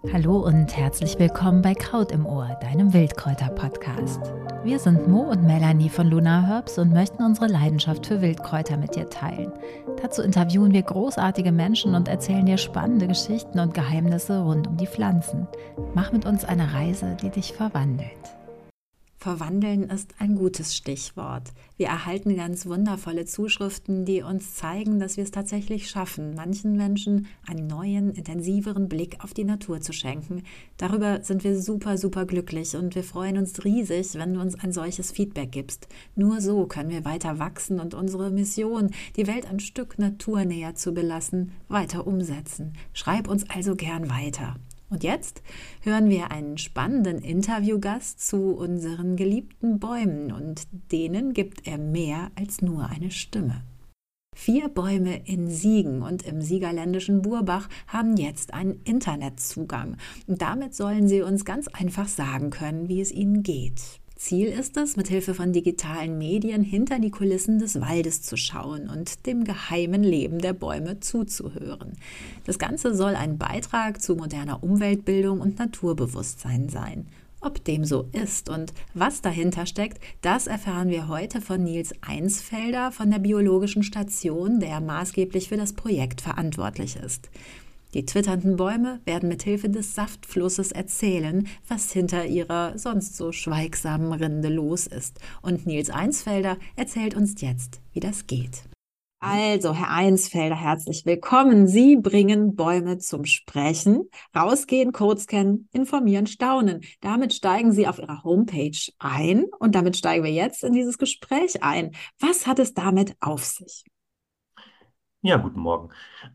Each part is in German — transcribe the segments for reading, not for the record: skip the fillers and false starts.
Hallo und herzlich willkommen bei Kraut im Ohr, deinem Wildkräuter-Podcast. Wir sind Mo und Melanie von Luna Herbs und möchten unsere Leidenschaft für Wildkräuter mit dir teilen. Dazu interviewen wir großartige Menschen und erzählen dir spannende Geschichten und Geheimnisse rund um die Pflanzen. Mach mit uns eine Reise, die dich verwandelt. Verwandeln ist ein gutes Stichwort. Wir erhalten ganz wundervolle Zuschriften, die uns zeigen, dass wir es tatsächlich schaffen, manchen Menschen einen neuen, intensiveren Blick auf die Natur zu schenken. Darüber sind wir super, super glücklich und wir freuen uns riesig, wenn du uns ein solches Feedback gibst. Nur so können wir weiter wachsen und unsere Mission, die Welt ein Stück naturnäher zu belassen, weiter umsetzen. Schreib uns also gern weiter. Und jetzt hören wir einen spannenden Interviewgast zu unseren geliebten Bäumen und denen gibt er mehr als nur eine Stimme. 4 Bäume in Siegen und im siegerländischen Burbach haben jetzt einen Internetzugang. Und damit sollen sie uns ganz einfach sagen können, wie es ihnen geht. Ziel ist es, mit Hilfe von digitalen Medien hinter die Kulissen des Waldes zu schauen und dem geheimen Leben der Bäume zuzuhören. Das Ganze soll ein Beitrag zu moderner Umweltbildung und Naturbewusstsein sein. Ob dem so ist und was dahinter steckt, das erfahren wir heute von Nils Einsfelder von der Biologischen Station, der maßgeblich für das Projekt verantwortlich ist. Die twitternden Bäume werden mit Hilfe des Saftflusses erzählen, was hinter ihrer sonst so schweigsamen Rinde los ist. Und Nils Einsfelder erzählt uns jetzt, wie das geht. Also, Herr Einsfelder, herzlich willkommen. Sie bringen Bäume zum Sprechen. Rausgehen, Code scannen, informieren, staunen. Damit steigen Sie auf Ihrer Homepage ein und damit steigen wir jetzt in dieses Gespräch ein. Was hat es damit auf sich? Ja, guten Morgen.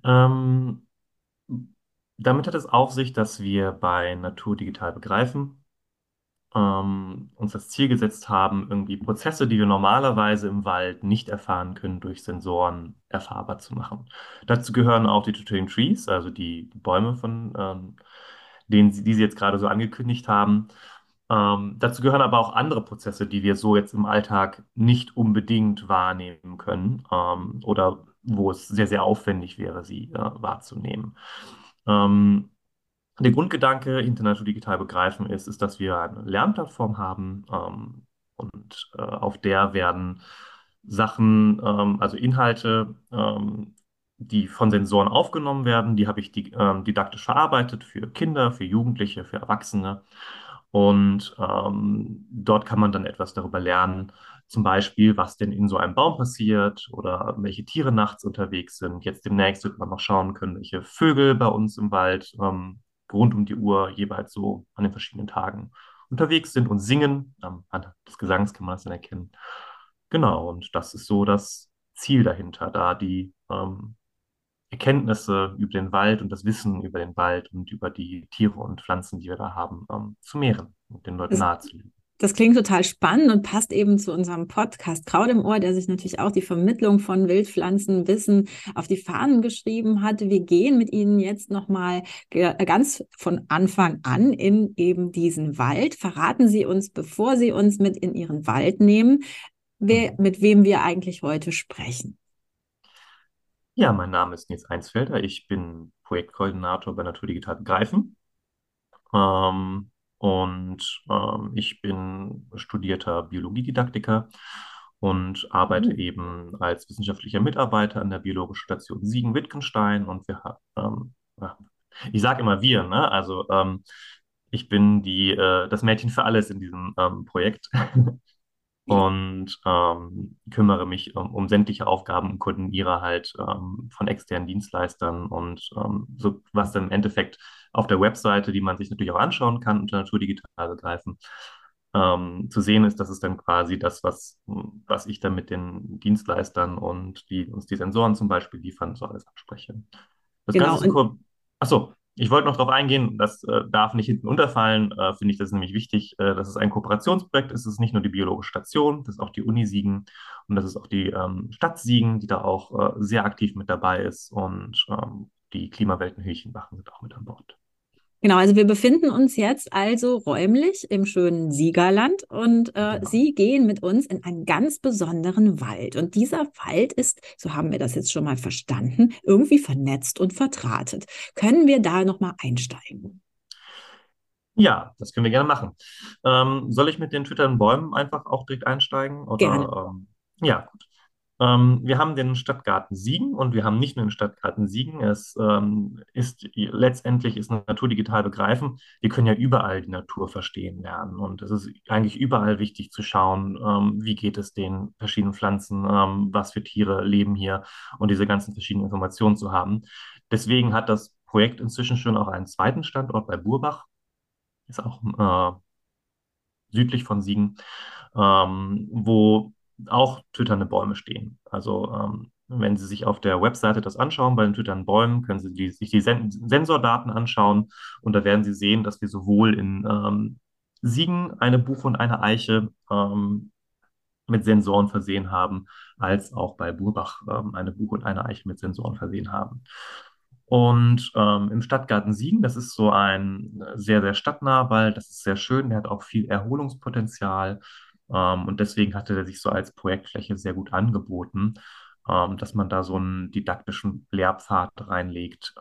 Damit hat es auf sich, dass wir bei Natur digital begreifen, uns das Ziel gesetzt haben, irgendwie Prozesse, die wir normalerweise im Wald nicht erfahren können, durch Sensoren erfahrbar zu machen. Dazu gehören auch die Talking Trees, also die Bäume, von die Sie jetzt gerade so angekündigt haben. Dazu gehören aber auch andere Prozesse, die wir so jetzt im Alltag nicht unbedingt wahrnehmen können, oder wo es sehr, sehr aufwendig wäre, sie wahrzunehmen. Ähm, Der Grundgedanke hinter Natur digital begreifen ist, dass wir eine Lernplattform haben, und auf der werden Sachen, also Inhalte, die von Sensoren aufgenommen werden, die habe ich didaktisch verarbeitet für Kinder, für Jugendliche, für Erwachsene. Und dort kann man dann etwas darüber lernen, zum Beispiel, was denn in so einem Baum passiert oder welche Tiere nachts unterwegs sind. Jetzt demnächst wird man noch schauen können, welche Vögel bei uns im Wald rund um die Uhr jeweils so an den verschiedenen Tagen unterwegs sind und singen. Anhand des Gesangs kann man das dann erkennen. Genau, und das ist so das Ziel dahinter, da die Erkenntnisse über den Wald und das Wissen über den Wald und über die Tiere und Pflanzen, die wir da haben, zu mehren und den Leuten Das nahezulegen. Das klingt total spannend und passt eben zu unserem Podcast Kraut im Ohr, der sich natürlich auch die Vermittlung von Wildpflanzenwissen auf die Fahnen geschrieben hat. Wir gehen mit Ihnen jetzt nochmal ganz von Anfang an in eben diesen Wald. Verraten Sie uns, bevor Sie uns mit in Ihren Wald nehmen, Mhm. mit wem wir eigentlich heute sprechen. Ja, mein Name ist Nils Einsfelder. Ich bin Projektkoordinator bei Natur Digital Begreifen. Ähm, ich bin studierter Biologiedidaktiker und arbeite Mhm. eben als wissenschaftlicher Mitarbeiter an der Biologischen Station Siegen-Wittgenstein. Ja, ich sage immer wir, ne? Also ich bin das Mädchen für alles in diesem Projekt. Und kümmere mich um sämtliche Aufgaben und koordiniere halt von externen Dienstleistern und so, was dann im Endeffekt auf der Webseite, die man sich natürlich auch anschauen kann, unter Natur digital begreifen, zu sehen ist. Das ist dann quasi das, was ich dann mit den Dienstleistern und die uns die Sensoren zum Beispiel liefern, so alles abspreche. Das Ganze Genau, ist ein und Achso, ich wollte noch darauf eingehen, das darf nicht hinten unterfallen, finde ich, das ist nämlich wichtig, dass es ein Kooperationsprojekt ist. Es ist nicht nur die Biologische Station, das ist auch die Uni Siegen und das ist auch die Stadt Siegen, die da auch sehr aktiv mit dabei ist und die Klimawelten Hüchenbach sind auch mit an Bord. Genau, also wir befinden uns jetzt also räumlich im schönen Siegerland und Genau. Sie gehen mit uns in einen ganz besonderen Wald. Und dieser Wald ist, so haben wir das jetzt schon mal verstanden, irgendwie vernetzt und verdrahtet. Können wir da nochmal einsteigen? Ja, das können wir gerne machen. Soll ich mit den twitternden Bäumen einfach auch direkt einsteigen? Gerne. Oder ja, gut. Wir haben den Stadtgarten Siegen und wir haben nicht nur den Stadtgarten Siegen. Es ist letztendlich ist Natur digital begreifen. Wir können ja überall die Natur verstehen lernen und es ist eigentlich überall wichtig zu schauen, wie geht es den verschiedenen Pflanzen, was für Tiere leben hier und diese ganzen verschiedenen Informationen zu haben. Deswegen hat das Projekt inzwischen schon auch einen zweiten Standort bei Burbach, ist auch südlich von Siegen, wo auch twitternde Bäume stehen. Also wenn Sie sich auf der Webseite das anschauen, bei den twitternden Bäumen, können Sie sich die Sensordaten anschauen und da werden Sie sehen, dass wir sowohl in Siegen eine Buche und eine Eiche mit Sensoren versehen haben, als auch bei Burbach eine Buche und eine Eiche mit Sensoren versehen haben. Und im Stadtgarten Siegen, das ist so ein sehr, sehr stadtnaher Wald, das ist sehr schön, der hat auch viel Erholungspotenzial und deswegen hatte der sich so als Projektfläche sehr gut angeboten, dass man da so einen didaktischen Lehrpfad reinlegt,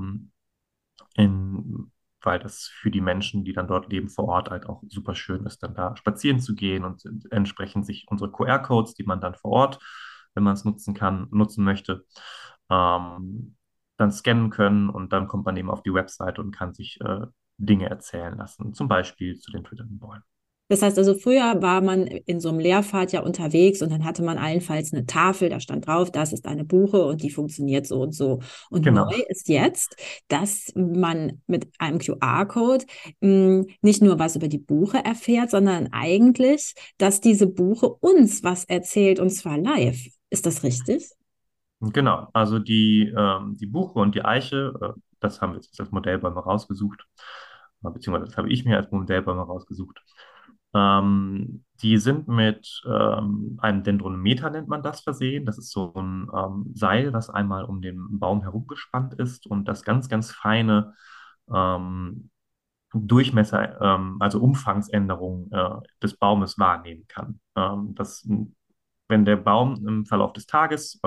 in, weil das für die Menschen, die dann dort leben, vor Ort halt auch super schön ist, dann da spazieren zu gehen und entsprechend sich unsere QR-Codes, die man dann vor Ort, wenn man es nutzen kann, nutzen möchte, ähm, dann scannen können und dann kommt man eben auf die Webseite und kann sich Dinge erzählen lassen, zum Beispiel zu den twitternden Bäumen. Das heißt also, früher war man in so einem Lehrpfad ja unterwegs und dann hatte man allenfalls eine Tafel, da stand drauf, das ist eine Buche und die funktioniert so und so. Und neu Genau. ist jetzt, dass man mit einem QR-Code nicht nur was über die Buche erfährt, sondern eigentlich, dass diese Buche uns was erzählt und zwar live. Ist das richtig? Genau, also die Buche und die Eiche, das haben wir jetzt als Modellbäume rausgesucht, beziehungsweise das habe ich mir als Modellbäume rausgesucht. Die sind mit einem Dendrometer, nennt man das, versehen. Das ist so ein Seil, was einmal um den Baum herumgespannt ist und das ganz, ganz feine ähm, Durchmesser, also Umfangsänderungen des Baumes wahrnehmen kann. Wenn der Baum im Verlauf des Tages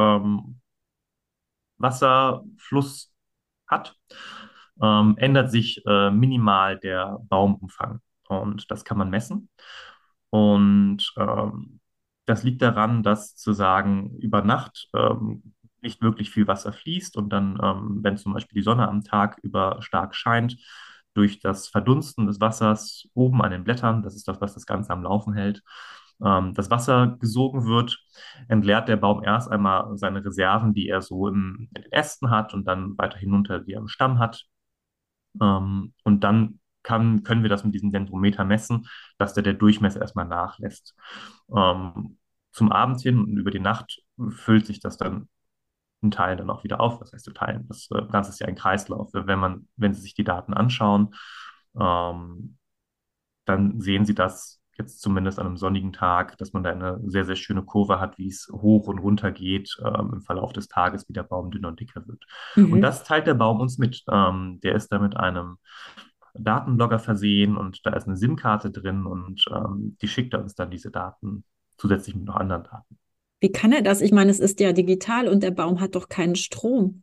Wasserfluss hat, ändert sich minimal der Baumumfang. Und das kann man messen. Und das liegt daran, dass zu sagen, über Nacht nicht wirklich viel Wasser fließt und dann, wenn zum Beispiel die Sonne am Tag über stark scheint, durch das Verdunsten des Wassers oben an den Blättern, das ist das, was das Ganze am Laufen hält, das Wasser gesogen wird, entleert der Baum erst einmal seine Reserven, die er so in den Ästen hat und dann weiter hinunter, die er im Stamm hat. Und dann können wir das mit diesem Dendrometer messen, dass der Durchmesser erstmal nachlässt. Ähm, Zum Abend hin und über die Nacht füllt sich das dann in Teilen dann auch wieder auf. Was heißt in Teilen? Das Ganze ist ja ein Kreislauf. Wenn Sie sich die Daten anschauen, ähm, dann sehen Sie das jetzt zumindest an einem sonnigen Tag, dass man da eine sehr, sehr schöne Kurve hat, wie es hoch und runter geht im Verlauf des Tages, wie der Baum dünner und dicker wird. Und Mhm. das teilt der Baum uns mit. Der ist da mit einem Datenlogger versehen und da ist eine SIM-Karte drin und die schickt er uns dann diese Daten zusätzlich mit noch anderen Daten. Wie kann er das? Ich meine, es ist ja digital und der Baum hat doch keinen Strom.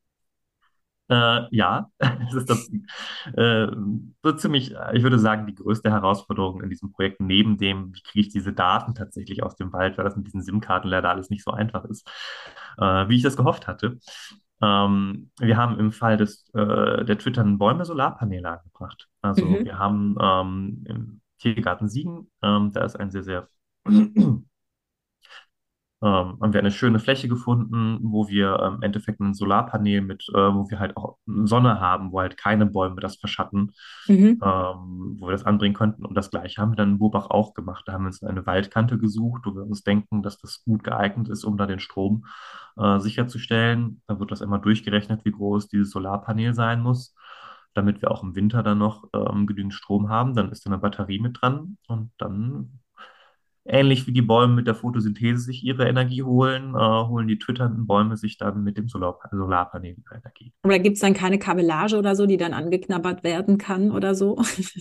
Ja, es ist das so ziemlich, ich würde sagen, die größte Herausforderung in diesem Projekt, neben dem, wie kriege ich diese Daten tatsächlich aus dem Wald, weil das mit diesen SIM-Karten leider alles nicht so einfach ist, wie ich das gehofft hatte. Wir haben im Fall der twitternden Bäume Solarpaneele angebracht. Also Mhm. wir haben im Tiergarten Siegen, da ist ein sehr, sehr haben wir eine schöne Fläche gefunden, wo wir im Endeffekt ein Solarpanel wo wir halt auch Sonne haben, wo halt keine Bäume das verschatten, Mhm. wo wir das anbringen könnten. Und das Gleiche haben wir dann in Burbach auch gemacht. Da haben wir uns eine Waldkante gesucht, wo wir uns denken, dass das gut geeignet ist, um da den Strom sicherzustellen. Da wird das immer durchgerechnet, wie groß dieses Solarpanel sein muss, damit wir auch im Winter dann noch genügend Strom haben. Dann ist da eine Batterie mit dran und dann ähnlich wie die Bäume mit der Photosynthese sich ihre Energie holen, holen die twitternden Bäume sich dann mit dem Solarpanel ihre Energie. Oder gibt es dann keine Kabellage oder so, die dann angeknabbert werden kann oder so?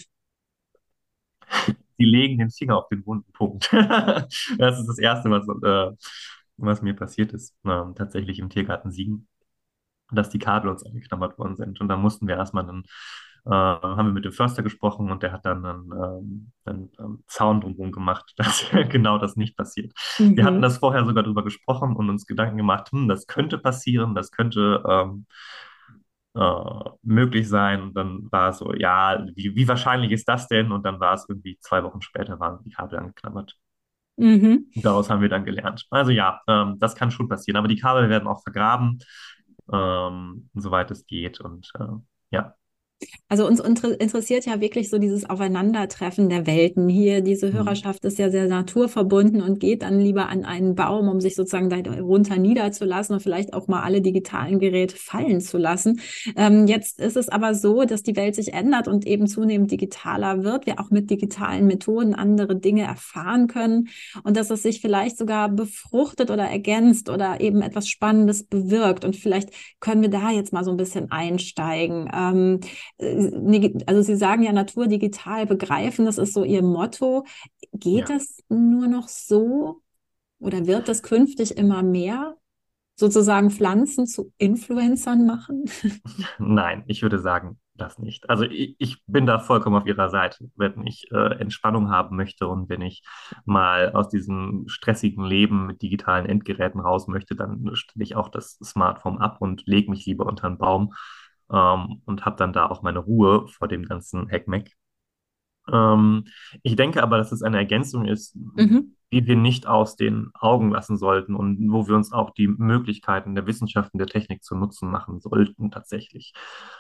Die legen den Finger auf den wunden Punkt. Das ist das Erste, was mir passiert ist, tatsächlich im Tiergarten Siegen, dass die Kabel uns angeknabbert worden sind. Und dann mussten wir erstmal einen haben wir mit dem Förster gesprochen und der hat dann einen Zaun drumherum gemacht, dass genau das nicht passiert. Wir hatten Mhm. das vorher sogar drüber gesprochen und uns Gedanken gemacht, das könnte passieren, das könnte möglich sein. Und dann war es so, ja, wie wahrscheinlich ist das denn? Und dann war es irgendwie 2 Wochen später, waren die Kabel angeklammert. Mhm. Und daraus haben wir dann gelernt. Also ja, das kann schon passieren. Aber die Kabel werden auch vergraben, soweit es geht. Und ja. Also uns interessiert ja wirklich so dieses Aufeinandertreffen der Welten. Hier, diese Hm. Hörerschaft ist ja sehr naturverbunden und geht dann lieber an einen Baum, um sich sozusagen darunter niederzulassen und vielleicht auch mal alle digitalen Geräte fallen zu lassen. Jetzt ist es aber so, dass die Welt sich ändert und eben zunehmend digitaler wird. Wir auch mit digitalen Methoden andere Dinge erfahren können und dass es sich vielleicht sogar befruchtet oder ergänzt oder eben etwas Spannendes bewirkt. Und vielleicht können wir da jetzt mal so ein bisschen einsteigen. Also Sie sagen ja Natur digital begreifen, das ist so Ihr Motto. Geht Ja. das nur noch so oder wird das künftig immer mehr sozusagen Pflanzen zu Influencern machen? Nein, ich würde sagen, das nicht. Also ich bin da vollkommen auf Ihrer Seite. Wenn ich Entspannung haben möchte und wenn ich mal aus diesem stressigen Leben mit digitalen Endgeräten raus möchte, dann stelle ich auch das Smartphone ab und lege mich lieber unter einen Baum und habe dann da auch meine Ruhe vor dem ganzen Heckmeck. Ähm, Ich denke aber, dass es eine Ergänzung ist, Mhm. die wir nicht aus den Augen lassen sollten und wo wir uns auch die Möglichkeiten der Wissenschaften, der Technik zu Nutzen machen sollten, tatsächlich.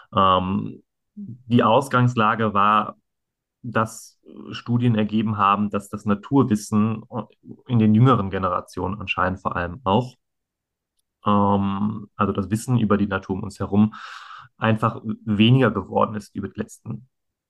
Die Ausgangslage war, dass Studien ergeben haben, dass das Naturwissen in den jüngeren Generationen anscheinend vor allem auch, also das Wissen über die Natur um uns herum, einfach weniger geworden ist über die letzten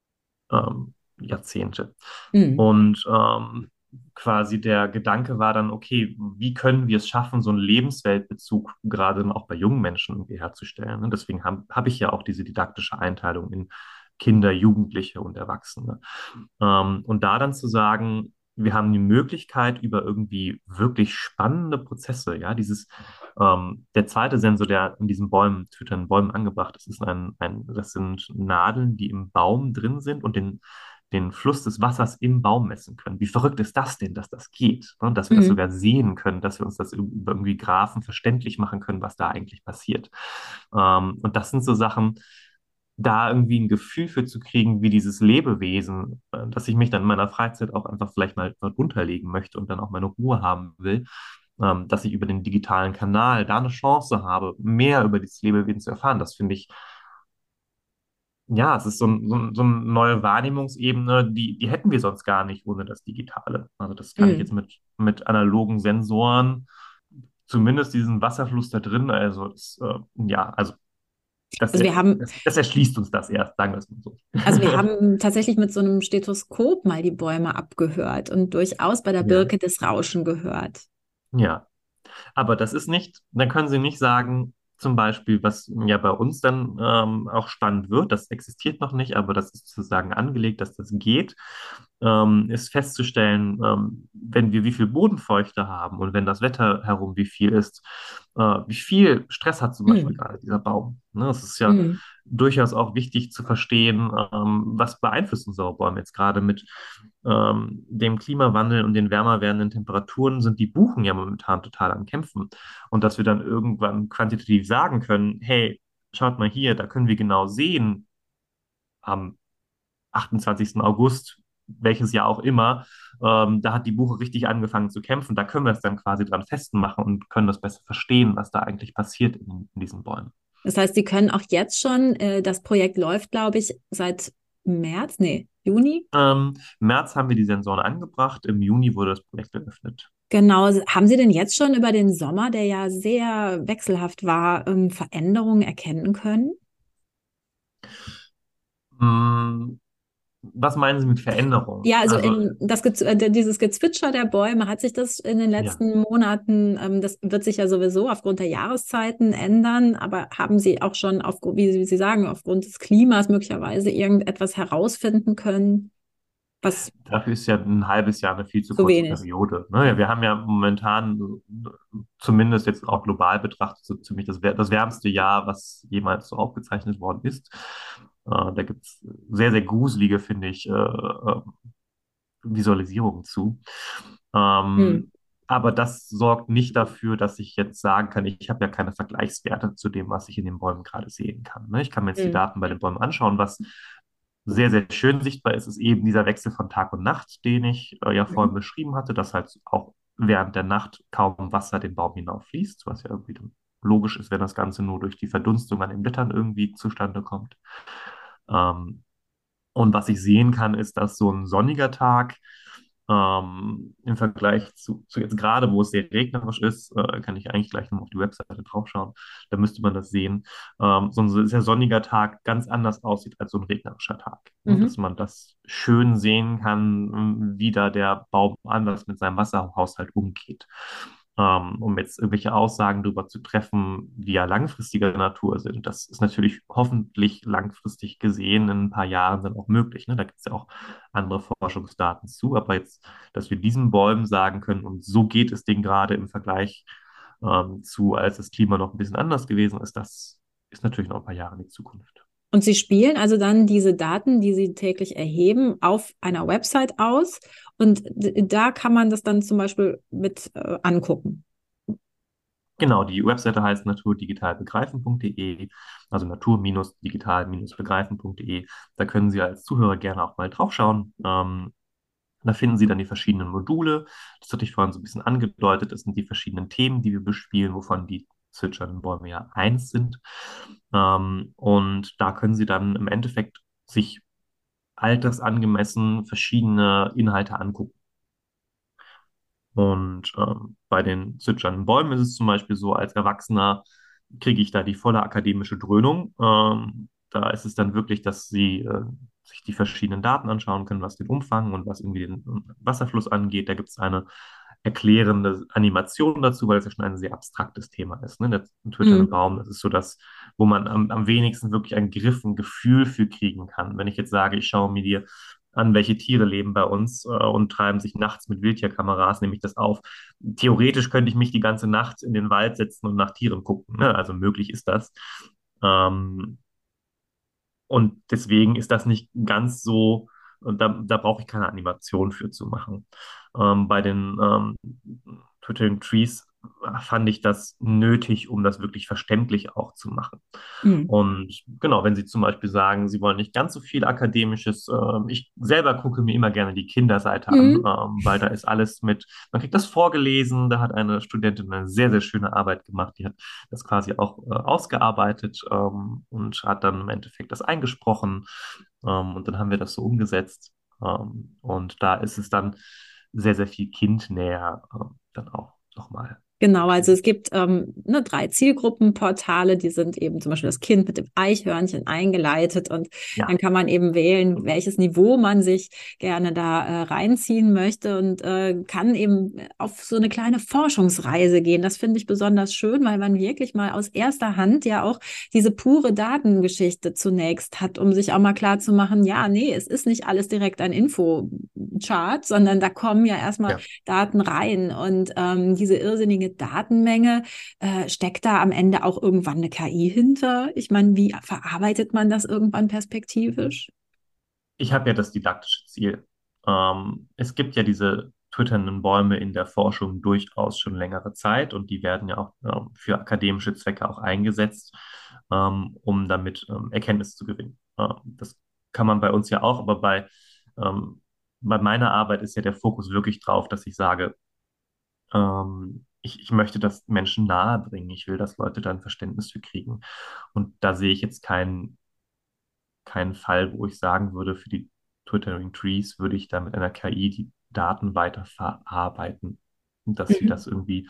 Jahrzehnte. Mhm. Und quasi der Gedanke war dann, okay, wie können wir es schaffen, so einen Lebensweltbezug gerade dann auch bei jungen Menschen irgendwie herzustellen? Und deswegen hab ich ja auch diese didaktische Einteilung in Kinder, Jugendliche und Erwachsene. Und da dann zu sagen, wir haben die Möglichkeit über irgendwie wirklich spannende Prozesse, ja, der zweite Sensor, der in diesen Bäumen, tötenden Bäumen angebracht ist, das sind Nadeln, die im Baum drin sind und den Fluss des Wassers im Baum messen können. Wie verrückt ist das denn, dass das geht? Ne? Dass wir das Mhm. sogar sehen können, dass wir uns das über irgendwie Graphen verständlich machen können, was da eigentlich passiert. Und das sind so Sachen, da irgendwie ein Gefühl für zu kriegen, wie dieses Lebewesen, dass ich mich dann in meiner Freizeit auch einfach vielleicht mal dort unterlegen möchte und dann auch meine Ruhe haben will, dass ich über den digitalen Kanal da eine Chance habe, mehr über dieses Lebewesen zu erfahren. Das finde ich, ja, es ist so eine neue Wahrnehmungsebene, die hätten wir sonst gar nicht ohne das Digitale. Also das kann ich jetzt Mhm. mit analogen Sensoren, zumindest diesen Wasserfluss da drin, ja, also Also wir haben, das erschließt uns das erst, sagen wir es mal so. also wir haben tatsächlich mit so einem Stethoskop mal die Bäume abgehört und durchaus bei der Ja. Birke das Rauschen gehört. Ja. Aber das ist nicht, dann können Sie nicht sagen, zum Beispiel, was ja bei uns dann auch spannend wird, das existiert noch nicht, aber das ist sozusagen angelegt, dass das geht, ist festzustellen, wenn wir wie viel Bodenfeuchte haben und wenn das Wetter herum wie viel ist, wie viel Stress hat zum Beispiel Mhm. gerade dieser Baum. Ne? Es ist ja Mhm. durchaus auch wichtig zu verstehen, was beeinflusst unsere Bäume jetzt gerade mit dem Klimawandel und den wärmer werdenden Temperaturen sind die Buchen ja momentan total am Kämpfen. Und dass wir dann irgendwann quantitativ sagen können, hey, schaut mal hier, da können wir genau sehen, am 28. August, welches Jahr auch immer, da hat die Buche richtig angefangen zu kämpfen. Da können wir es dann quasi dran festmachen und können das besser verstehen, was da eigentlich passiert in diesen Bäumen. Das heißt, Sie können auch jetzt schon, das Projekt läuft, glaube ich, seit März, nee, Juni. März haben wir die Sensoren angebracht, im Juni wurde das Projekt eröffnet. Genau. Haben Sie denn jetzt schon über den Sommer, der ja sehr wechselhaft war, Veränderungen erkennen können? Mm, Was meinen Sie mit Veränderung? Ja, also Also, dieses Gezwitscher der Bäume, hat sich das in den ja. letzten Monaten, das wird sich ja sowieso aufgrund der Jahreszeiten ändern, aber haben Sie auch schon, wie Sie sagen, aufgrund des Klimas möglicherweise irgendetwas herausfinden können, was Dafür ist ja ein halbes Jahr eine viel zu zu kurze wenig? Periode. Ne? Ja, wir haben ja momentan, zumindest jetzt auch global betrachtet, so ziemlich das wärmste Jahr, was jemals so aufgezeichnet worden ist. Da gibt es sehr, sehr gruselige, finde ich, Visualisierungen zu. Hm. Aber das sorgt nicht dafür, dass ich jetzt sagen kann, ich habe ja keine Vergleichswerte zu dem, was ich in den Bäumen gerade sehen kann. Ne? Ich kann mir jetzt die Hm. Daten bei den Bäumen anschauen. Was sehr, sehr schön sichtbar ist, ist eben dieser Wechsel von Tag und Nacht, den ich ja vorhin Mhm. beschrieben hatte, dass halt auch während der Nacht kaum Wasser den Baum hinauffließt, was ja irgendwie dann logisch ist, wenn das Ganze nur durch die Verdunstung an den Blättern irgendwie zustande kommt. Ähm, und was ich sehen kann, ist, dass so ein sonniger Tag im Vergleich zu jetzt gerade, wo es sehr regnerisch ist, kann ich eigentlich gleich noch auf die Webseite draufschauen. Da müsste man das sehen. So ein sehr sonniger Tag ganz anders aussieht als so ein regnerischer Tag. Ne? Dass Mhm. man das schön sehen kann, wie da der Baum anders mit seinem Wasserhaushalt umgeht. Um jetzt irgendwelche Aussagen darüber zu treffen, die ja langfristiger Natur sind. Das ist natürlich hoffentlich langfristig gesehen in ein paar Jahren dann auch möglich. Ne? Da gibt es ja auch andere Forschungsdaten zu. Aber jetzt, dass wir diesen Bäumen sagen können, und so geht es denen gerade im Vergleich zu, als das Klima noch ein bisschen anders gewesen ist, das ist natürlich noch ein paar Jahre in die Zukunft. Und Sie spielen also dann diese Daten, die Sie täglich erheben, auf einer Website aus und da kann man das dann zum Beispiel mit angucken. Genau, die Webseite heißt naturdigitalbegreifen.de, also natur-digital-begreifen.de. Da können Sie als Zuhörer gerne auch mal draufschauen. Da finden Sie dann die verschiedenen Module. Das hatte ich vorhin so ein bisschen angedeutet. Das sind die verschiedenen Themen, die wir bespielen, wovon die zwitschernden Bäume ja eins sind. Und da können Sie dann im Endeffekt sich altersangemessen verschiedene Inhalte angucken. Und bei den zwitschernden Bäumen ist es zum Beispiel so, als Erwachsener kriege ich da die volle akademische Dröhnung. Da ist es dann wirklich, dass sie sich die verschiedenen Daten anschauen können, was den Umfang und was irgendwie den Wasserfluss angeht. Da gibt es eine erklärende Animation dazu, weil es ja schon ein sehr abstraktes Thema ist. Ne? Der twitternde Mhm. Baum, das ist so das, wo man am wenigsten wirklich einen Griff, ein Gefühl für kriegen kann. Wenn ich jetzt sage, ich schaue mir die an, welche Tiere leben bei uns und treiben sich nachts mit Wildtierkameras, nehme ich das auf. Theoretisch könnte ich mich die ganze Nacht in den Wald setzen und nach Tieren gucken. Ne? Also möglich ist das. Ähm, und deswegen ist das nicht ganz so, und da brauche ich keine Animation für zu machen. Bei den Twittering Trees fand ich das nötig, um das wirklich verständlich auch zu machen. Mhm. Und genau, wenn Sie zum Beispiel sagen, Sie wollen nicht ganz so viel Akademisches, ich selber gucke mir immer gerne die Kinderseite an, Mhm. weil da ist alles mit, man kriegt das vorgelesen, da hat eine Studentin eine sehr, sehr schöne Arbeit gemacht, die hat das quasi auch ausgearbeitet und hat dann im Endeffekt das eingesprochen und dann haben wir das so umgesetzt und da ist es dann sehr, sehr viel kindnäher dann auch nochmal Genau, also beschrieben. es gibt 3 Zielgruppenportale, die sind eben zum Beispiel das Kind mit dem Eichhörnchen eingeleitet und dann Ja, kann man eben wählen, welches Niveau man sich gerne da reinziehen möchte und kann eben auf so eine kleine Forschungsreise gehen. Das finde ich besonders schön, weil man wirklich mal aus erster Hand ja auch diese pure Datengeschichte zunächst hat, um sich auch mal klar zu machen, ja, nee, es ist nicht alles direkt ein Infochart, sondern da kommen ja erstmal ja. Daten rein und diese irrsinnige Datenmenge, steckt da am Ende auch irgendwann eine KI hinter? Ich meine, wie verarbeitet man das irgendwann perspektivisch? Ich habe ja das didaktische Ziel. Es gibt ja diese twitternden Bäume in der Forschung durchaus schon längere Zeit und die werden ja auch für akademische Zwecke auch eingesetzt, um damit Erkenntnis zu gewinnen. Das kann man bei uns ja auch, aber bei meiner Arbeit ist ja der Fokus wirklich drauf, dass ich sage, ich möchte das Menschen nahe bringen. Ich will, dass Leute da ein Verständnis für kriegen. Und da sehe ich jetzt keinen Fall, wo ich sagen würde, für die Twittering Trees würde ich da mit einer KI die Daten weiter verarbeiten. Und dass sie Mhm. das irgendwie,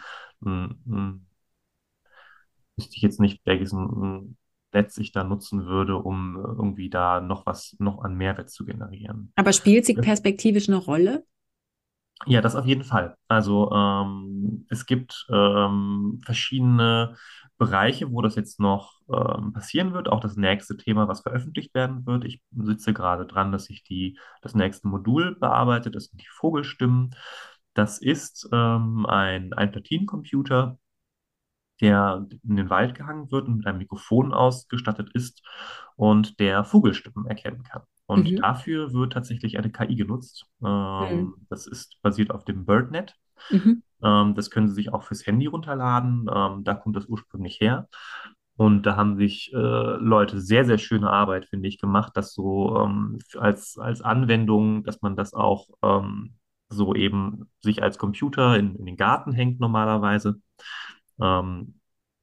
wüsste ich jetzt nicht, welches Netz ich da nutzen würde, um irgendwie da noch an Mehrwert zu generieren. Aber spielt sie perspektivisch eine Rolle? Ja, das auf jeden Fall. Also es gibt verschiedene Bereiche, wo das jetzt noch passieren wird. Auch das nächste Thema, was veröffentlicht werden wird. Ich sitze gerade dran, dass ich das nächste Modul bearbeite. Das sind die Vogelstimmen. Das ist ein Platinencomputer, der in den Wald gehangen wird und mit einem Mikrofon ausgestattet ist und der Vogelstimmen erkennen kann. Und Mhm. dafür wird tatsächlich eine KI genutzt. Mhm. Das ist basiert auf dem BirdNet. Mhm. Das können Sie sich auch fürs Handy runterladen. Da kommt das ursprünglich her. Und da haben sich Leute sehr, sehr schöne Arbeit, finde ich, gemacht, das so als Anwendung, dass man das auch so eben sich als Computer in den Garten hängt normalerweise. Ähm,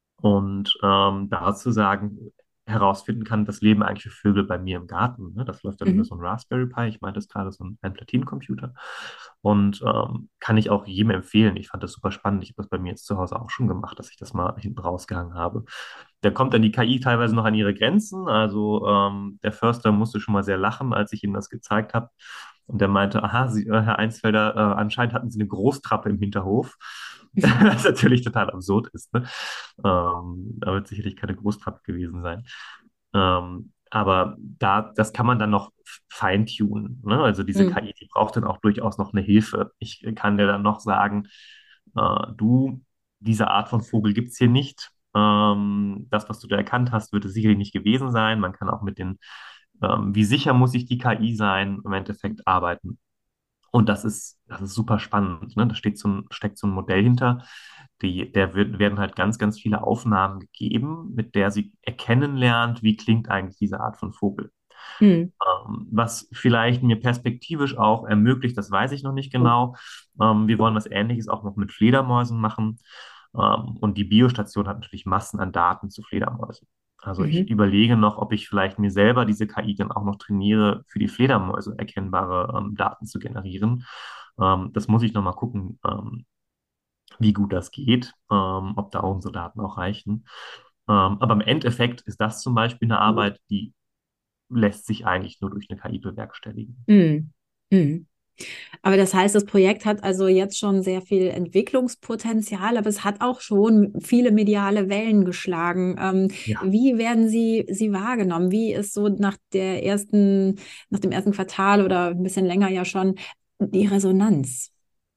da zu sagen, herausfinden kann, das leben eigentlich für Vögel bei mir im Garten. Ne? Das läuft dann über Mhm. so einen Raspberry Pi. Ich meinte es gerade, so ein Platinencomputer. Kann ich auch jedem empfehlen. Ich fand das super spannend. Ich habe das bei mir jetzt zu Hause auch schon gemacht, dass ich das mal hinten rausgehangen habe. Da kommt dann die KI teilweise noch an ihre Grenzen. Also der Förster musste schon mal sehr lachen, als ich ihm das gezeigt habe. Und der meinte, aha, Herr Einsfelder, anscheinend hatten Sie eine Großtrappe im Hinterhof. Was natürlich total absurd ist, ne? Da wird sicherlich keine Großtrappe gewesen sein. Aber das kann man dann noch feintunen, ne? Also diese Mhm. KI, die braucht dann auch durchaus noch eine Hilfe. Ich kann dir dann noch sagen, du, diese Art von Vogel gibt es hier nicht. Das, was du da erkannt hast, wird es sicherlich nicht gewesen sein. Man kann auch mit wie sicher muss ich die KI sein, im Endeffekt arbeiten. Und das ist super spannend, ne? Da steckt so ein Modell hinter. Werden halt ganz, ganz viele Aufnahmen gegeben, mit der sie erkennen lernt, wie klingt eigentlich diese Art von Vogel. Mhm. Was vielleicht mir perspektivisch auch ermöglicht, das weiß ich noch nicht genau. Wir wollen was Ähnliches auch noch mit Fledermäusen machen. Und die Biostation hat natürlich Massen an Daten zu Fledermäusen. Also ich Mhm. überlege noch, ob ich vielleicht mir selber diese KI dann auch noch trainiere, für die Fledermäuse erkennbare Daten zu generieren. Das muss ich noch mal gucken, wie gut das geht, ob da unsere Daten auch reichen. Aber im Endeffekt ist das zum Beispiel eine Arbeit, die lässt sich eigentlich nur durch eine KI bewerkstelligen. Mhm. Mhm. Aber das heißt, das Projekt hat also jetzt schon sehr viel Entwicklungspotenzial, aber es hat auch schon viele mediale Wellen geschlagen. Ja. Wie werden Sie wahrgenommen? Wie ist so nach dem ersten Quartal oder ein bisschen länger ja schon die Resonanz?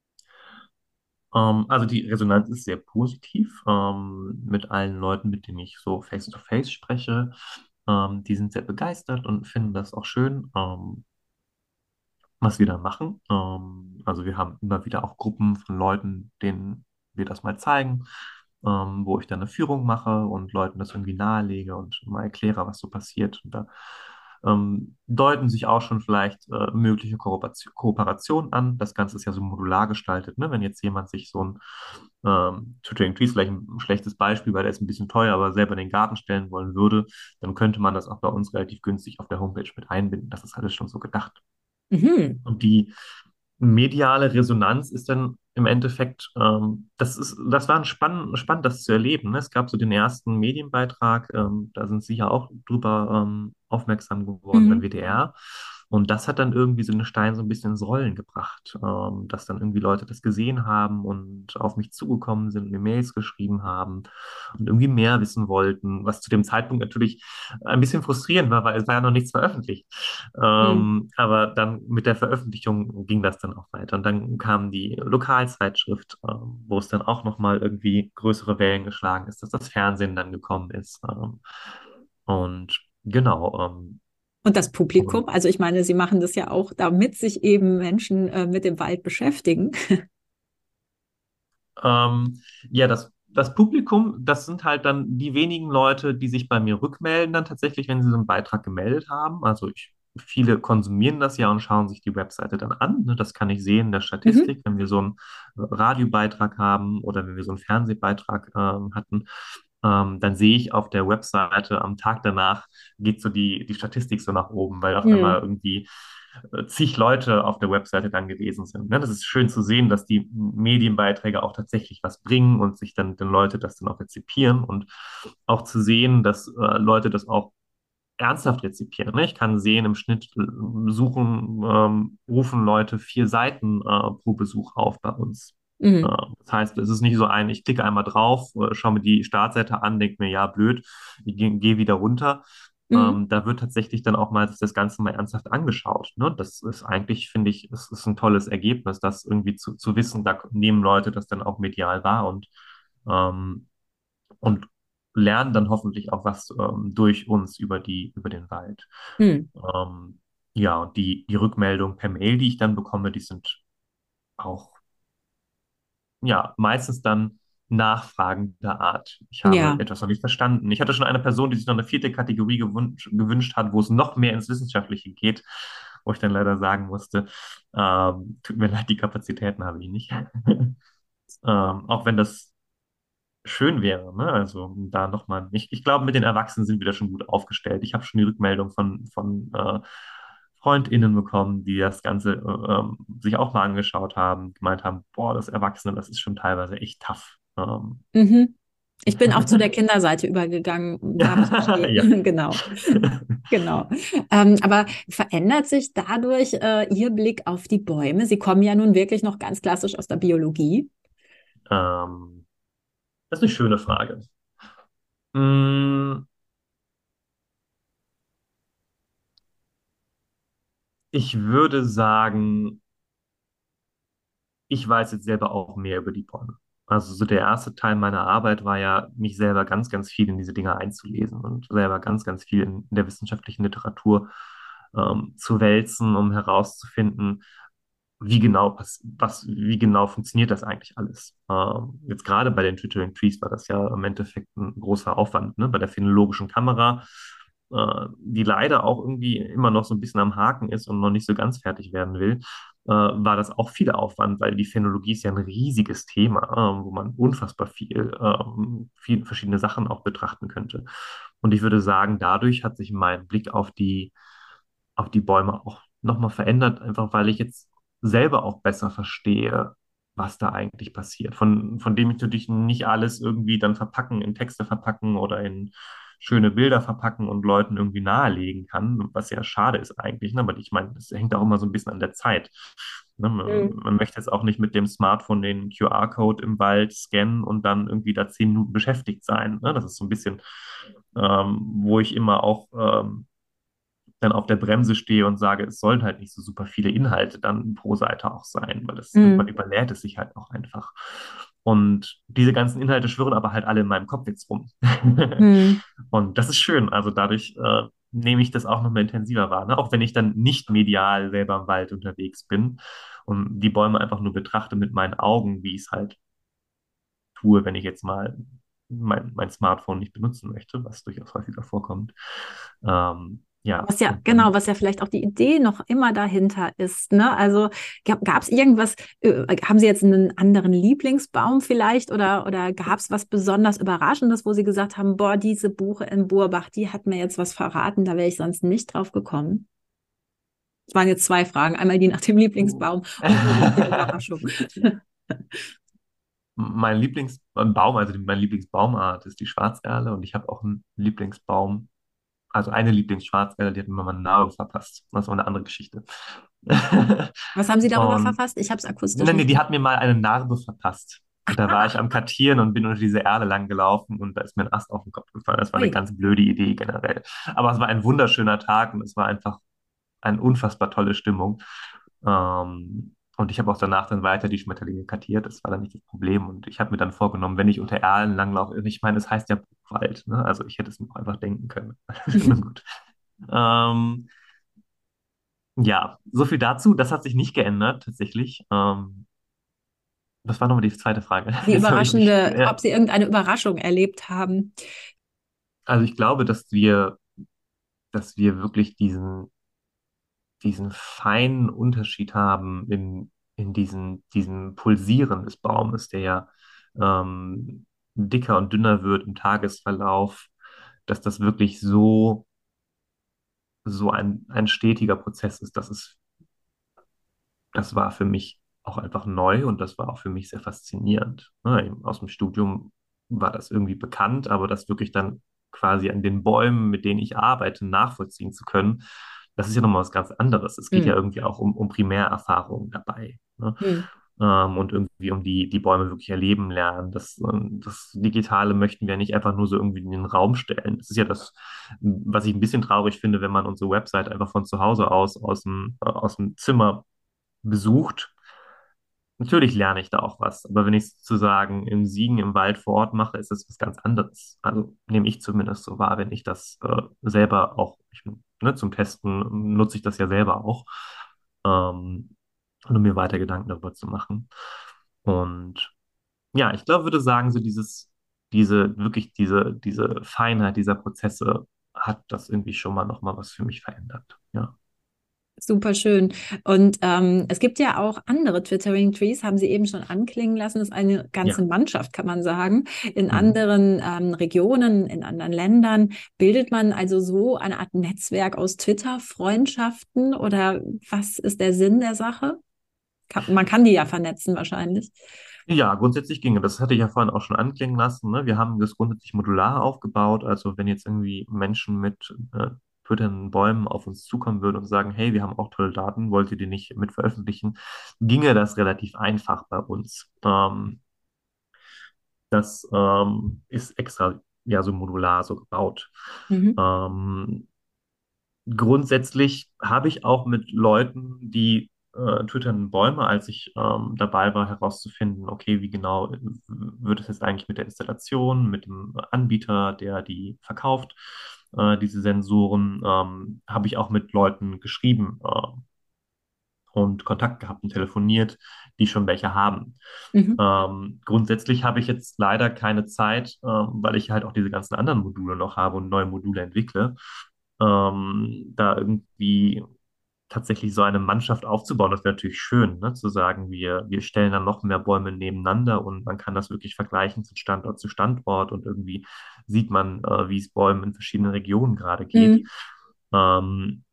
Also die Resonanz ist sehr positiv mit allen Leuten, mit denen ich so face-to-face spreche. Die sind sehr begeistert und finden das auch schön, was wir da machen. Also wir haben immer wieder auch Gruppen von Leuten, denen wir das mal zeigen, wo ich dann eine Führung mache und Leuten das irgendwie nahelege und mal erkläre, was so passiert. Und da deuten sich auch schon vielleicht mögliche Kooperationen an. Das Ganze ist ja so modular gestaltet, ne? Wenn jetzt jemand sich so ein Twittering Trees vielleicht ein schlechtes Beispiel, weil der ist ein bisschen teuer, aber selber in den Garten stellen wollen würde, dann könnte man das auch bei uns relativ günstig auf der Homepage mit einbinden. Das ist alles schon so gedacht. Mhm. Und die mediale Resonanz ist dann im Endeffekt, das war spannend, das zu erleben. Ne? Es gab so den ersten Medienbeitrag, da sind Sie ja auch drüber aufmerksam geworden beim Mhm. WDR. Und das hat dann irgendwie so einen Stein so ein bisschen ins Rollen gebracht, dass dann irgendwie Leute das gesehen haben und auf mich zugekommen sind, mir Mails geschrieben haben und irgendwie mehr wissen wollten, was zu dem Zeitpunkt natürlich ein bisschen frustrierend war, weil es war ja noch nichts veröffentlicht. Mhm. Aber dann mit der Veröffentlichung ging das dann auch weiter. Und dann kam die Lokalzeitschrift, wo es dann auch nochmal irgendwie größere Wellen geschlagen ist, dass das Fernsehen dann gekommen ist. Und genau. Und das Und, Publikum, also ich meine, Sie machen das ja auch, damit sich eben Menschen mit dem Wald beschäftigen. ähm, ja, das Publikum, das sind halt dann die wenigen Leute, die sich bei mir rückmelden, dann tatsächlich, wenn sie so einen Beitrag gemeldet haben. Viele konsumieren das ja und schauen sich die Webseite dann an. Ne? Das kann ich sehen in der Mhm. Statistik, wenn wir so einen Radiobeitrag haben oder wenn wir so einen Fernsehbeitrag hatten. Dann sehe ich auf der Webseite am Tag danach geht so die Statistik so nach oben, weil auf einmal Mhm. irgendwie zig Leute auf der Webseite dann gewesen sind. Ne? Das ist schön zu sehen, dass die Medienbeiträge auch tatsächlich was bringen und sich dann Leute das dann auch rezipieren und auch zu sehen, dass Leute das auch ernsthaft rezipieren. Ne? Ich kann sehen, im Schnitt rufen Leute 4 Seiten pro Besuch auf bei uns. Mhm. Das heißt, es ist nicht so ich klicke einmal drauf, schaue mir die Startseite an, denke mir, ja, blöd, ich gehe wieder runter. Mhm. Da wird tatsächlich dann auch mal das Ganze mal ernsthaft angeschaut. Ne? Das ist eigentlich, finde ich, es ist ein tolles Ergebnis, das irgendwie zu wissen, da nehmen Leute das dann auch medial wahr und ähm, und lernen dann hoffentlich auch was durch uns über den Wald. Hm. Ähm, ja, und die Rückmeldung per Mail, die ich dann bekomme, die sind auch ja, meistens dann nachfragender Art. Ich habe Ja. etwas noch nicht verstanden. Ich hatte schon eine Person, die sich noch eine vierte Kategorie gewünscht hat, wo es noch mehr ins Wissenschaftliche geht, wo ich dann leider sagen musste, tut mir leid, die Kapazitäten habe ich nicht. Auch wenn das schön wäre, ne? Also da nochmal, ich glaube, mit den Erwachsenen sind wir da schon gut aufgestellt. Ich habe schon die Rückmeldung von FreundInnen bekommen, die das Ganze sich auch mal angeschaut haben, gemeint haben, boah, das Erwachsene, das ist schon teilweise echt tough. Mhm. Ich bin auch zu der Kinderseite übergegangen, darf ich Ja. gestehen. Genau, genau. Aber verändert sich dadurch Ihr Blick auf die Bäume? Sie kommen ja nun wirklich noch ganz klassisch aus der Biologie. Ähm, Das ist eine schöne Frage. Mm, Ich würde sagen, ich weiß jetzt selber auch mehr über die Bäume. Also so der erste Teil meiner Arbeit war ja, mich selber ganz, ganz viel in diese Dinge einzulesen und selber ganz, ganz viel in der wissenschaftlichen Literatur zu wälzen, um herauszufinden, wie genau funktioniert das eigentlich alles? Jetzt gerade bei den Twittering Trees war das ja im Endeffekt ein großer Aufwand, ne? Bei der phänologischen Kamera, die leider auch irgendwie immer noch so ein bisschen am Haken ist und noch nicht so ganz fertig werden will, war das auch viel Aufwand, weil die Phänologie ist ja ein riesiges Thema, wo man unfassbar viel verschiedene Sachen auch betrachten könnte. Und ich würde sagen, dadurch hat sich mein Blick auf die Bäume auch nochmal verändert, einfach weil ich jetzt selber auch besser verstehe, was da eigentlich passiert. Von dem ich natürlich nicht alles irgendwie dann verpacken, in Texte verpacken oder in schöne Bilder verpacken und Leuten irgendwie nahelegen kann, was ja schade ist eigentlich, ne? Aber ich meine, das hängt auch immer so ein bisschen an der Zeit. Ne? Mhm. Man möchte jetzt auch nicht mit dem Smartphone den QR-Code im Wald scannen und dann irgendwie da 10 Minuten beschäftigt sein. Ne? Das ist so ein bisschen, wo ich immer auch dann auf der Bremse stehe und sage, es sollen halt nicht so super viele Inhalte dann pro Seite auch sein, weil das irgendwann Mhm. überlädt es sich halt auch einfach. Und diese ganzen Inhalte schwirren aber halt alle in meinem Kopf jetzt rum. Mhm. Und das ist schön. Also dadurch nehme ich das auch noch mal intensiver wahr. Ne? Auch wenn ich dann nicht medial selber im Wald unterwegs bin und die Bäume einfach nur betrachte mit meinen Augen, wie ich es halt tue, wenn ich jetzt mal mein Smartphone nicht benutzen möchte, was durchaus häufiger vorkommt. Ja, Was ja, und genau, dann was ja vielleicht auch die Idee noch immer dahinter ist, ne? Also gab es irgendwas, haben Sie jetzt einen anderen Lieblingsbaum vielleicht oder gab es was besonders Überraschendes, wo Sie gesagt haben, boah, diese Buche in Burbach, die hat mir jetzt was verraten, da wäre ich sonst nicht drauf gekommen? Es waren jetzt zwei Fragen, einmal die nach dem Lieblingsbaum und die nach der Überraschung. mein Lieblingsbaum, also meine Lieblingsbaumart ist die Schwarzerle und ich habe auch einen Lieblingsbaum, also eine Lieblingsschwarzerle, die hat mir mal einen Namen verpasst. Das war eine andere Geschichte. Was haben Sie darüber Und verfasst? Ich habe es akustisch nee, nee, nicht. die hat mir mal eine Narbe verpasst. Und da war ich am Kartieren und bin unter diese Erle lang gelaufen und da ist mir ein Ast auf den Kopf gefallen. Das war eine Ui. ganz blöde Idee generell. Aber es war ein wunderschöner Tag und es war einfach eine unfassbar tolle Stimmung. Und ich habe auch danach dann weiter die Schmetterlinge kartiert. Das war dann nicht das Problem. Und ich habe mir dann vorgenommen, wenn ich unter Erlen langlaufe, ich meine, es heißt ja Buchwald, ne? Also ich hätte es mir auch einfach denken können. Nun gut. Ähm, ja, so viel dazu. Das hat sich nicht geändert, tatsächlich. Was war nochmal die zweite Frage? Die Jetzt habe ich mich. überraschende, ob Sie irgendeine Überraschung erlebt haben. Also ich glaube, dass wir wirklich diesen feinen Unterschied haben in diesem Pulsieren des Baumes, der ja dicker und dünner wird im Tagesverlauf, dass das wirklich so ein stetiger Prozess ist. Das war für mich auch einfach neu und das war auch für mich sehr faszinierend. Ne, eben aus dem Studium war das irgendwie bekannt, aber das wirklich dann quasi an den Bäumen, mit denen ich arbeite, nachvollziehen zu können, das ist ja nochmal was ganz anderes. Es geht ja Hm. irgendwie auch um Primärerfahrungen dabei. Ne? Hm. Und irgendwie um die Bäume wirklich erleben lernen. Das Digitale möchten wir nicht einfach nur so irgendwie in den Raum stellen. Das ist ja das, was ich ein bisschen traurig finde, wenn man unsere Website einfach von zu Hause aus dem Zimmer besucht, natürlich lerne ich da auch was, aber wenn ich es sozusagen im Siegen im Wald vor Ort mache, ist es was ganz anderes. Also nehme ich zumindest so wahr, wenn ich das selber auch, ne, zum Testen nutze ich das ja selber auch, ähm, um mir weiter Gedanken darüber zu machen. Und ja, ich glaube, würde sagen, so diese Feinheit dieser Prozesse hat das irgendwie schon mal nochmal was für mich verändert. Ja. Super schön. Und es gibt ja auch andere Twittering Trees, haben Sie eben schon anklingen lassen. Das ist eine ganze Ja. Mannschaft, kann man sagen. In Mhm. anderen Regionen, in anderen Ländern bildet man also so eine Art Netzwerk aus Twitter-Freundschaften oder was ist der Sinn der Sache? Man kann die ja vernetzen wahrscheinlich. Ja, grundsätzlich ginge. Das hatte ich ja vorhin auch schon anklingen lassen. Ne? Wir haben das grundsätzlich modular aufgebaut. Also wenn jetzt irgendwie Menschen mit twitternden Bäumen auf uns zukommen würden und sagen, hey, wir haben auch tolle Daten, wollt ihr die nicht mit veröffentlichen, ginge das relativ einfach bei uns. Das ist extra ja so modular so gebaut. Mhm. Ähm, Grundsätzlich habe ich auch mit Leuten, die twitternden Bäume, als ich dabei war, herauszufinden, okay, wie genau wird es jetzt eigentlich mit der Installation, mit dem Anbieter, der die verkauft, diese Sensoren, habe ich auch mit Leuten geschrieben und Kontakt gehabt und telefoniert, die schon welche haben. Mhm. Grundsätzlich habe ich jetzt leider keine Zeit, weil ich halt auch diese ganzen anderen Module noch habe und neue Module entwickle, da irgendwie tatsächlich so eine Mannschaft aufzubauen. Das wäre natürlich schön, ne? Zu sagen, wir stellen dann noch mehr Bäume nebeneinander und man kann das wirklich vergleichen von Standort zu Standort und irgendwie sieht man, wie es Bäumen in verschiedenen Regionen gerade geht. Mhm. Ähm,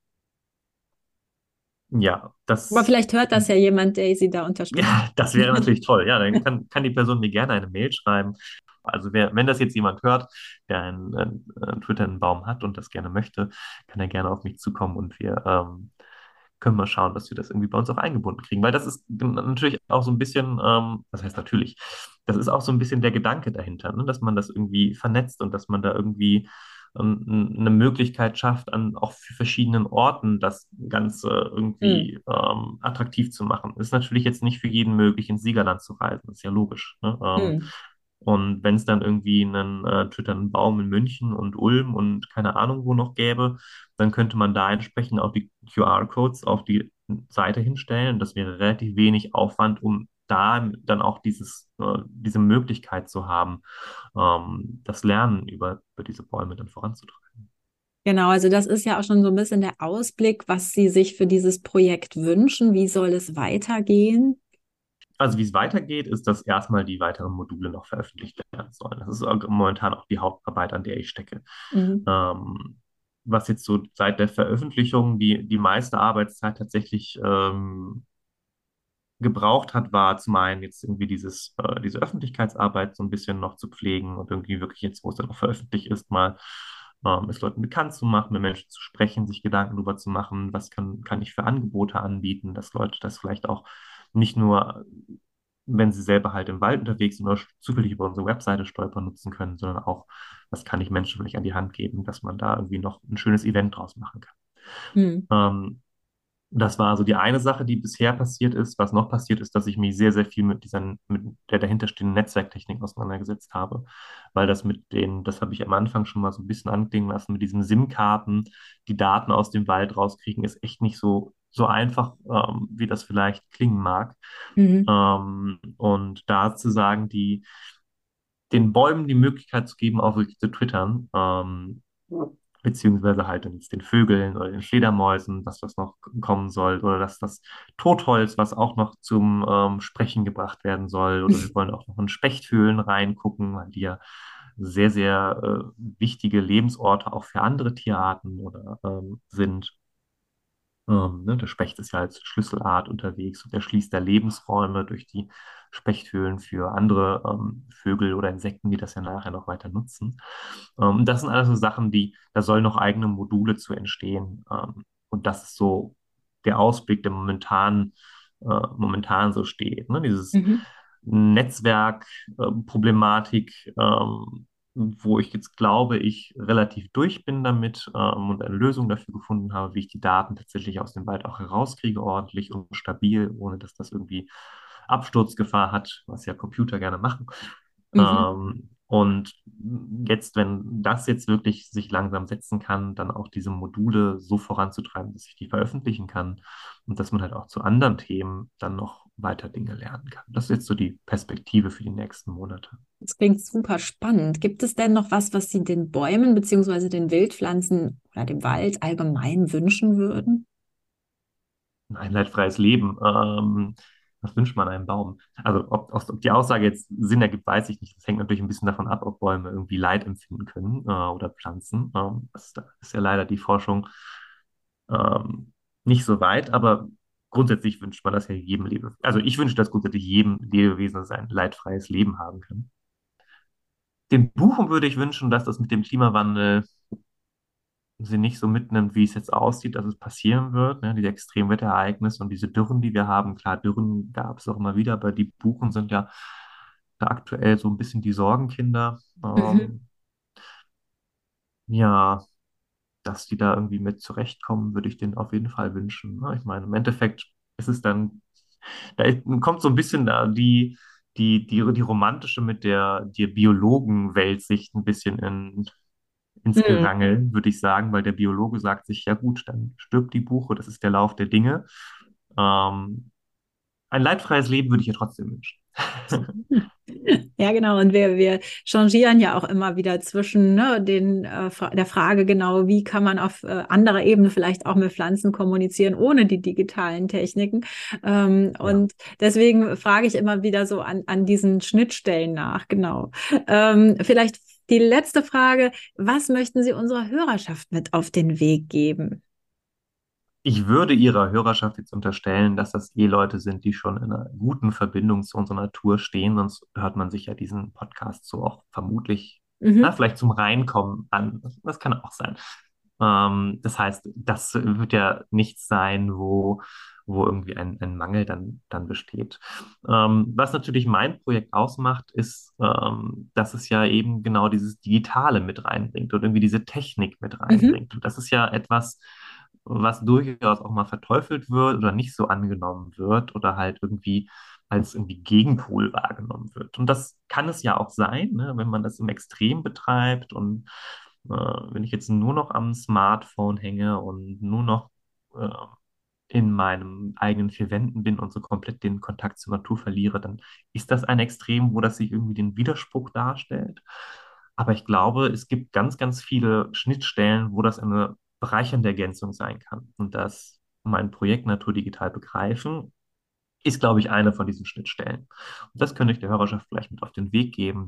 ja, Aber das vielleicht hört das ja jemand, der Sie da unterstützt. Ja, das wäre natürlich toll. Ja, dann kann die Person mir gerne eine Mail schreiben. Also wenn das jetzt jemand hört, der einen Twitter-Baum hat und das gerne möchte, kann er gerne auf mich zukommen und wir können mal schauen, dass wir das irgendwie bei uns auch eingebunden kriegen. Weil das ist natürlich auch so ein bisschen, was heißt natürlich, das ist auch so ein bisschen der Gedanke dahinter, ne? Dass man das irgendwie vernetzt und dass man da irgendwie eine Möglichkeit schafft, an auch für verschiedenen Orten das Ganze Mhm. irgendwie attraktiv zu machen. Ist natürlich jetzt nicht für jeden möglich, ins Siegerland zu reisen, ist ja logisch. Ne? Mhm. Und wenn es dann irgendwie einen twitternden Baum in München und Ulm und keine Ahnung wo noch gäbe, dann könnte man da entsprechend auch die QR-Codes auf die Seite hinstellen. Das wäre relativ wenig Aufwand, um da dann auch diese Möglichkeit zu haben, das Lernen über diese Bäume dann voranzutreiben. Genau, also das ist ja auch schon so ein bisschen der Ausblick, was Sie sich für dieses Projekt wünschen. Wie soll es weitergehen? Also wie es weitergeht, ist, dass erstmal die weiteren Module noch veröffentlicht werden sollen. Das ist momentan auch die Hauptarbeit, an der ich stecke. Mhm. Ähm, Was jetzt so seit der Veröffentlichung die meiste Arbeitszeit tatsächlich gebraucht hat, war zum einen jetzt irgendwie diese Öffentlichkeitsarbeit so ein bisschen noch zu pflegen und irgendwie wirklich jetzt, wo es dann auch veröffentlicht ist, mal es Leuten bekannt zu machen, mit Menschen zu sprechen, sich Gedanken darüber zu machen, was kann ich für Angebote anbieten, dass Leute das vielleicht auch nicht nur, wenn sie selber halt im Wald unterwegs sind oder zufällig über unsere Webseite stolpern, nutzen können, sondern auch, was kann ich Menschen vielleicht an die Hand geben, dass man da irgendwie noch ein schönes Event draus machen kann. Mhm. Das war so die eine Sache, die bisher passiert ist. Was noch passiert ist, dass ich mich sehr, sehr viel mit der dahinterstehenden Netzwerktechnik auseinandergesetzt habe, weil das habe ich am Anfang schon mal so ein bisschen anklingen lassen, mit diesen SIM-Karten, die Daten aus dem Wald rauskriegen, ist echt nicht so einfach, wie das vielleicht klingen mag. Mhm. Und da zu sagen, den Bäumen die Möglichkeit zu geben, auch wirklich zu twittern, beziehungsweise halt jetzt den Vögeln oder den Fledermäusen, dass das noch kommen soll, oder dass das Totholz, was auch noch zum Sprechen gebracht werden soll, oder wir wollen auch noch in Spechthöhlen reingucken, weil die ja sehr, sehr wichtige Lebensorte auch für andere Tierarten oder sind. Ne, der Specht ist ja als Schlüsselart unterwegs und erschließt da Lebensräume durch die Spechthöhlen für andere Vögel oder Insekten, die das ja nachher noch weiter nutzen. Das sind alles so Sachen, da sollen noch eigene Module zu entstehen. Und das ist so der Ausblick, der momentan so steht. Ne? Dieses Mhm. Netzwerk-Problematik, wo ich jetzt glaube, ich relativ durch bin damit und eine Lösung dafür gefunden habe, wie ich die Daten tatsächlich aus dem Wald auch herauskriege, ordentlich und stabil, ohne dass das irgendwie Absturzgefahr hat, was ja Computer gerne machen. Mhm. Und jetzt, wenn das jetzt wirklich sich langsam setzen kann, dann auch diese Module so voranzutreiben, dass ich die veröffentlichen kann und dass man halt auch zu anderen Themen dann noch weiter Dinge lernen kann. Das ist jetzt so die Perspektive für die nächsten Monate. Das klingt super spannend. Gibt es denn noch was, was Sie den Bäumen beziehungsweise den Wildpflanzen oder dem Wald allgemein wünschen würden? Ein einleitfreies Leben. Was wünscht man einem Baum? Also ob die Aussage jetzt Sinn ergibt, weiß ich nicht. Das hängt natürlich ein bisschen davon ab, ob Bäume irgendwie Leid empfinden können oder Pflanzen. Da ist ja leider die Forschung nicht so weit, aber grundsätzlich wünscht man das ja jedem Lebewesen. Also ich wünsche, dass grundsätzlich jedem Lebewesen sein leidfreies Leben haben kann. Den Buchen würde ich wünschen, dass das mit dem Klimawandel sie nicht so mitnimmt, wie es jetzt aussieht, dass es passieren wird. Ne? Diese Extremwetterereignisse und diese Dürren, die wir haben. Klar, Dürren gab es auch immer wieder, aber die Buchen sind ja da aktuell so ein bisschen die Sorgenkinder. Mhm. Ja, dass die da irgendwie mit zurechtkommen, würde ich denen auf jeden Fall wünschen. Ne? Ich meine, im Endeffekt ist es dann, kommt so ein bisschen da die romantische mit der Biologen-Weltsicht ein bisschen ins Hm. Gerangel, würde ich sagen, weil der Biologe sagt sich, ja gut, dann stirbt die Buche, das ist der Lauf der Dinge. Ähm, ein leidfreies Leben würde ich ihr trotzdem wünschen. Ja, genau. Und wir changieren ja auch immer wieder zwischen ne, der Frage genau, wie kann man auf anderer Ebene vielleicht auch mit Pflanzen kommunizieren, ohne die digitalen Techniken. Ja. Und deswegen frage ich immer wieder so an diesen Schnittstellen nach. Genau. Vielleicht die letzte Frage. Was möchten Sie unserer Hörerschaft mit auf den Weg geben? Ich würde Ihrer Hörerschaft jetzt unterstellen, dass das Leute sind, die schon in einer guten Verbindung zu unserer Natur stehen, sonst hört man sich ja diesen Podcast so auch vermutlich, na, Mhm. vielleicht zum Reinkommen an. Das kann auch sein. Das heißt, das wird ja nichts sein, wo irgendwie ein Mangel dann besteht. Was natürlich mein Projekt ausmacht, ist, dass es ja eben genau dieses Digitale mit reinbringt und irgendwie diese Technik mit Mhm. reinbringt. Und das ist ja etwas, was durchaus auch mal verteufelt wird oder nicht so angenommen wird oder halt irgendwie als irgendwie Gegenpol wahrgenommen wird. Und das kann es ja auch sein, ne, wenn man das im Extrem betreibt und wenn ich jetzt nur noch am Smartphone hänge und nur noch äh, in meinem eigenen vier Wänden bin und so komplett den Kontakt zur Natur verliere, dann ist das ein Extrem, wo das sich irgendwie den Widerspruch darstellt. Aber ich glaube, es gibt ganz, ganz viele Schnittstellen, wo das eine bereichernde Ergänzung sein kann. Und das mein Projekt Natur digital begreifen ist, glaube ich, eine von diesen Schnittstellen. Und das könnte ich der Hörerschaft vielleicht mit auf den Weg geben,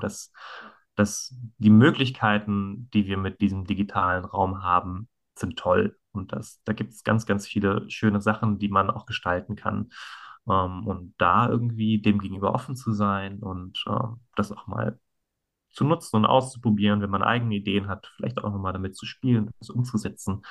dass die Möglichkeiten, die wir mit diesem digitalen Raum haben, sind toll. Und da gibt es ganz, ganz viele schöne Sachen, die man auch gestalten kann. Und da irgendwie dem gegenüber offen zu sein und das auch mal zu nutzen und auszuprobieren, wenn man eigene Ideen hat, vielleicht auch nochmal damit zu spielen, das umzusetzen.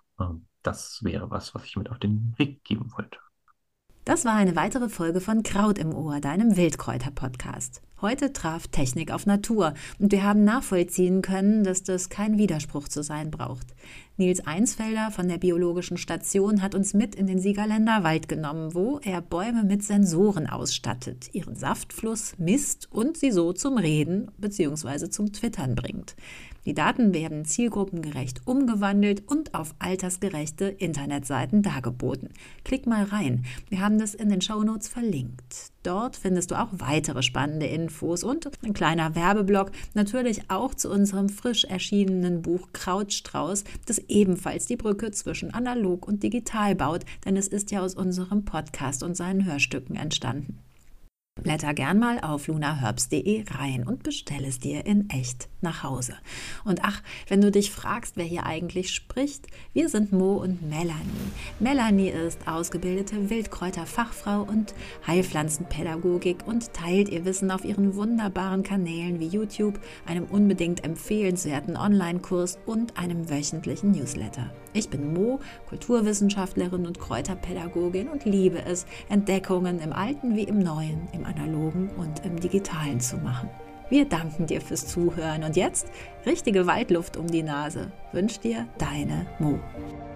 Das wäre was ich mit auf den Weg geben wollte. Das war eine weitere Folge von Kraut im Ohr, deinem Wildkräuter-Podcast. Heute traf Technik auf Natur und wir haben nachvollziehen können, dass das kein Widerspruch zu sein braucht. Nils Einsfelder von der Biologischen Station hat uns mit in den Siegerländer Wald genommen, wo er Bäume mit Sensoren ausstattet, ihren Saftfluss misst und sie so zum Reden bzw. zum Twittern bringt. Die Daten werden zielgruppengerecht umgewandelt und auf altersgerechte Internetseiten dargeboten. Klick mal rein. Wir haben das in den Shownotes verlinkt. Dort findest du auch weitere spannende Infos und ein kleiner Werbeblock, natürlich auch zu unserem frisch erschienenen Buch Krautstrauß, das ebenfalls die Brücke zwischen analog und digital baut, denn es ist ja aus unserem Podcast und seinen Hörstücken entstanden. Blätter gern mal auf lunaherbs.de rein und bestell es dir in echt nach Hause. Und ach, wenn du dich fragst, wer hier eigentlich spricht, wir sind Mo und Melanie. Melanie ist ausgebildete Wildkräuterfachfrau und Heilpflanzenpädagogik und teilt ihr Wissen auf ihren wunderbaren Kanälen wie YouTube, einem unbedingt empfehlenswerten Online-Kurs und einem wöchentlichen Newsletter. Ich bin Mo, Kulturwissenschaftlerin und Kräuterpädagogin und liebe es, Entdeckungen im Alten wie im Neuen, im Analogen und im Digitalen zu machen. Wir danken dir fürs Zuhören und jetzt richtige Waldluft um die Nase. Wünscht dir deine Mo.